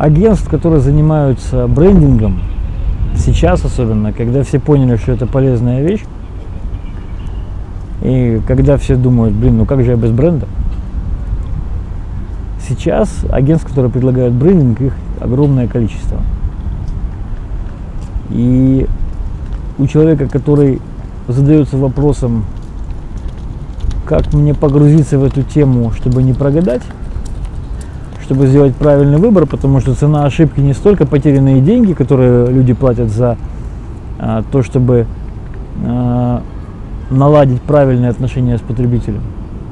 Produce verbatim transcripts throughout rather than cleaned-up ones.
агентств, которые занимаются брендингом, сейчас особенно, когда все поняли, что это полезная вещь, и когда все думают, блин, ну как же я без бренда? Сейчас агентств, которые предлагают брендинг, их огромное количество. И у человека, который задается вопросом, как мне погрузиться в эту тему, чтобы не прогадать, чтобы сделать правильный выбор, потому что цена ошибки не столько потерянные деньги, которые люди платят за а, то, чтобы а, наладить правильные отношения с потребителем.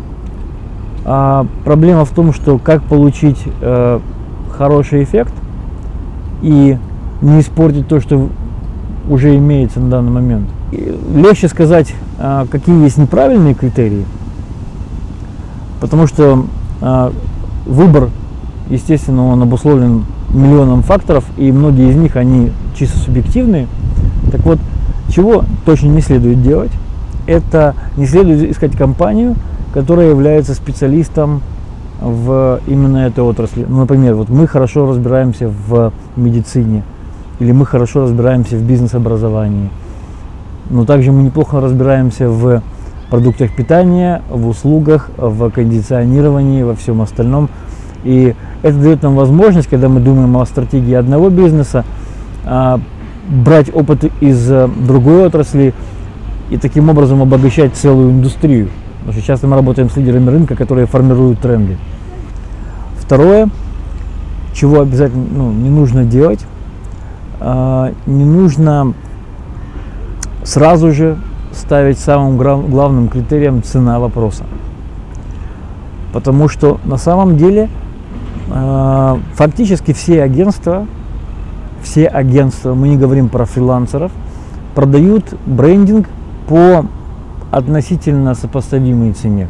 А проблема в том, что как получить а, хороший эффект и не испортить то, что уже имеется на данный момент. И легче сказать, а, какие есть неправильные критерии, потому что а, выбор, естественно, он обусловлен миллионом факторов, и многие из них, они чисто субъективные. Так вот, чего точно не следует делать, это не следует искать компанию, которая является специалистом в именно этой отрасли. Ну, например, вот мы хорошо разбираемся в медицине, или мы хорошо разбираемся в бизнес-образовании, но также мы неплохо разбираемся в продуктах питания, в услугах, в кондиционировании, во всем остальном. И это дает нам возможность, когда мы думаем о стратегии одного бизнеса, брать опыт из другой отрасли и таким образом обогащать целую индустрию. Потому что часто мы работаем с лидерами рынка, которые формируют тренды. Второе, чего обязательно ну, не нужно делать, не нужно сразу же ставить самым главным критерием цена вопроса. Потому что на самом деле фактически все агентства, все агентства, мы не говорим про фрилансеров, продают брендинг по относительно сопоставимой цене.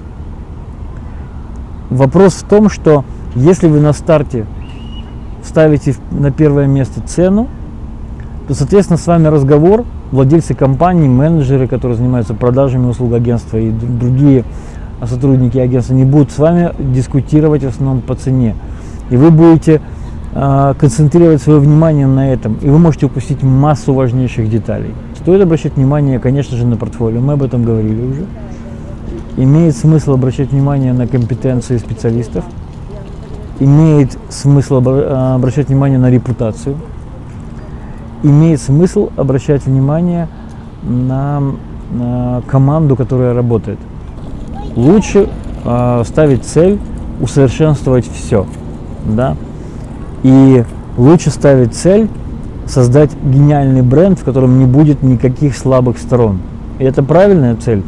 Вопрос в том, что если вы на старте ставите на первое место цену, то, соответственно, с вами разговор, владельцы компаний, менеджеры, которые занимаются продажами услуг агентства и другие сотрудники агентства, не будут с вами дискутировать в основном по цене. И вы будете э, концентрировать свое внимание на этом, и вы можете упустить массу важнейших деталей. Стоит обращать внимание, конечно же, на портфолио, мы об этом говорили уже. Имеет смысл обращать внимание на компетенции специалистов, имеет смысл обращать внимание на репутацию, имеет смысл обращать внимание на, на команду, которая работает. Лучше э, ставить цель усовершенствовать все, да, и лучше ставить цель создать гениальный бренд, в котором не будет никаких слабых сторон. И это правильная цель.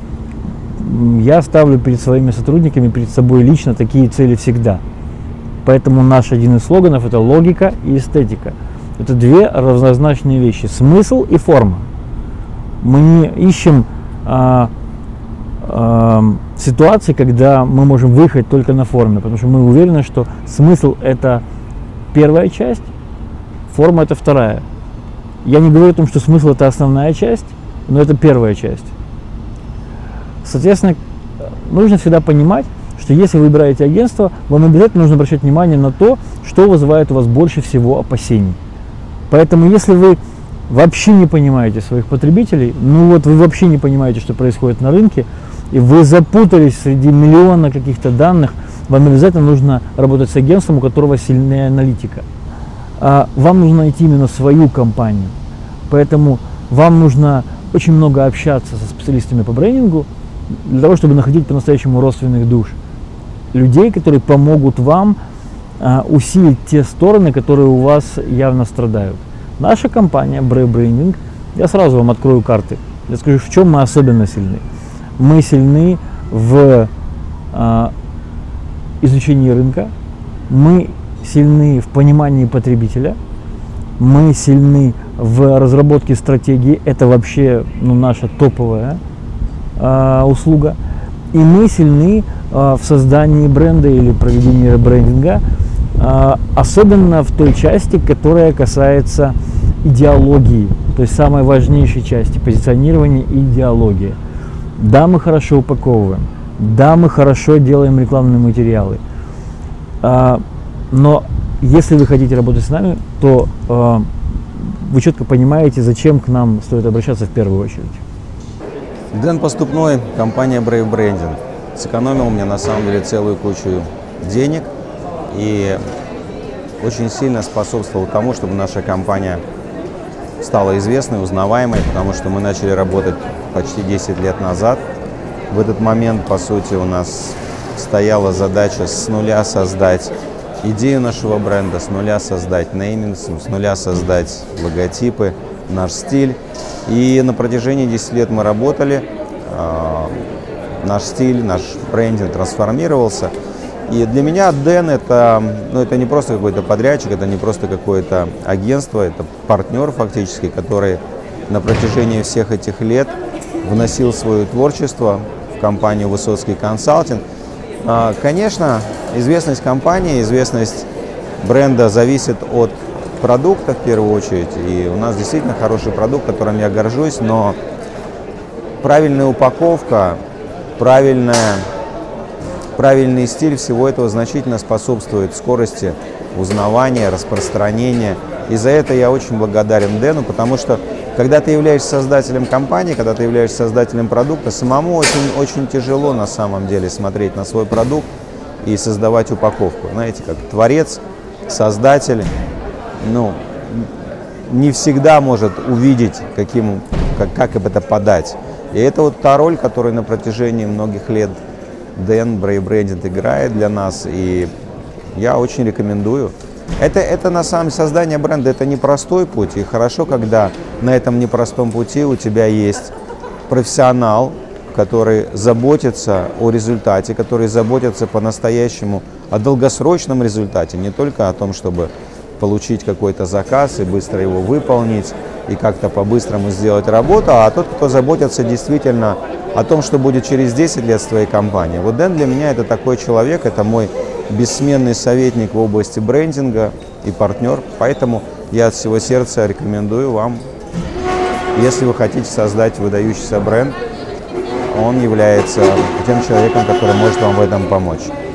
Я ставлю перед своими сотрудниками, перед собой лично такие цели всегда. Поэтому наш один из слоганов – это логика и эстетика. Это две равнозначные вещи – смысл и форма. Мы не ищем а, а, ситуации, когда мы можем выехать только на форме, потому что мы уверены, что смысл – это первая часть, форма – это вторая. Я не говорю о том, что смысл – это основная часть, но это первая часть. Соответственно, нужно всегда понимать, что если вы выбираете агентство, вам обязательно нужно обращать внимание на то, что вызывает у вас больше всего опасений. Поэтому, если вы вообще не понимаете своих потребителей, ну вот вы вообще не понимаете, что происходит на рынке, и вы запутались среди миллиона каких-то данных, вам обязательно нужно работать с агентством, у которого сильная аналитика. А вам нужно найти именно свою компанию. Поэтому вам нужно очень много общаться со специалистами по брендингу, для того, чтобы находить по-настоящему родственных душ. Людей, которые помогут вам а, усилить те стороны, которые у вас явно страдают. Наша компания Brave Branding, я сразу вам открою карты. Я скажу, в чем мы особенно сильны. Мы сильны в а, изучении рынка, мы сильны в понимании потребителя, мы сильны в разработке стратегии, это вообще ну, наша топовая э, услуга, и мы сильны э, в создании бренда или проведении брендинга, э, особенно в той части, которая касается идеологии, то есть самой важнейшей части позиционирования и идеологии. Да, мы хорошо упаковываем, да, мы хорошо делаем рекламные материалы, э, но если вы хотите работать с нами, то э, вы четко понимаете, зачем к нам стоит обращаться в первую очередь. Дэн Поступной, компания Brave Branding, сэкономил мне на самом деле целую кучу денег и очень сильно способствовал тому, чтобы наша компания стала известной, узнаваемой, потому что мы начали работать почти десять лет назад. В этот момент, по сути, у нас стояла задача с нуля создать идею нашего бренда, с нуля создать нейминг, с нуля создать логотипы, наш стиль. И на протяжении десяти лет мы работали, э, наш стиль, наш брендинг трансформировался. И для меня Дэн это, ну, это не просто какой-то подрядчик, это не просто какое-то агентство, это партнер фактически, который на протяжении всех этих лет вносил свое творчество в компанию Высоцкий консалтинг. Конечно, известность компании, известность бренда зависит от продукта в первую очередь. И у нас действительно хороший продукт, которым я горжусь, но правильная упаковка, правильная, правильный стиль всего этого значительно способствует скорости узнавания, распространения. И за это я очень благодарен Дэну, потому что когда ты являешься создателем компании, когда ты являешься создателем продукта, самому очень, очень тяжело на самом деле смотреть на свой продукт и создавать упаковку. Знаете, как творец, создатель, ну, не всегда может увидеть, каким, как, как это подать. И это вот та роль, которую на протяжении многих лет Дэн Brave Branding играет для нас, и я очень рекомендую. Это, это на самом деле создание бренда, это непростой путь, и хорошо, когда на этом непростом пути у тебя есть профессионал, который заботится о результате, который заботится по-настоящему о долгосрочном результате, не только о том, чтобы получить какой-то заказ и быстро его выполнить, и как-то по-быстрому сделать работу, а тот, кто заботится действительно о том, что будет через десять лет с твоей компанией. Вот Дэн для меня это такой человек, это мой бессменный советник в области брендинга и партнер, поэтому я от всего сердца рекомендую вам, если вы хотите создать выдающийся бренд, он является тем человеком, который может вам в этом помочь.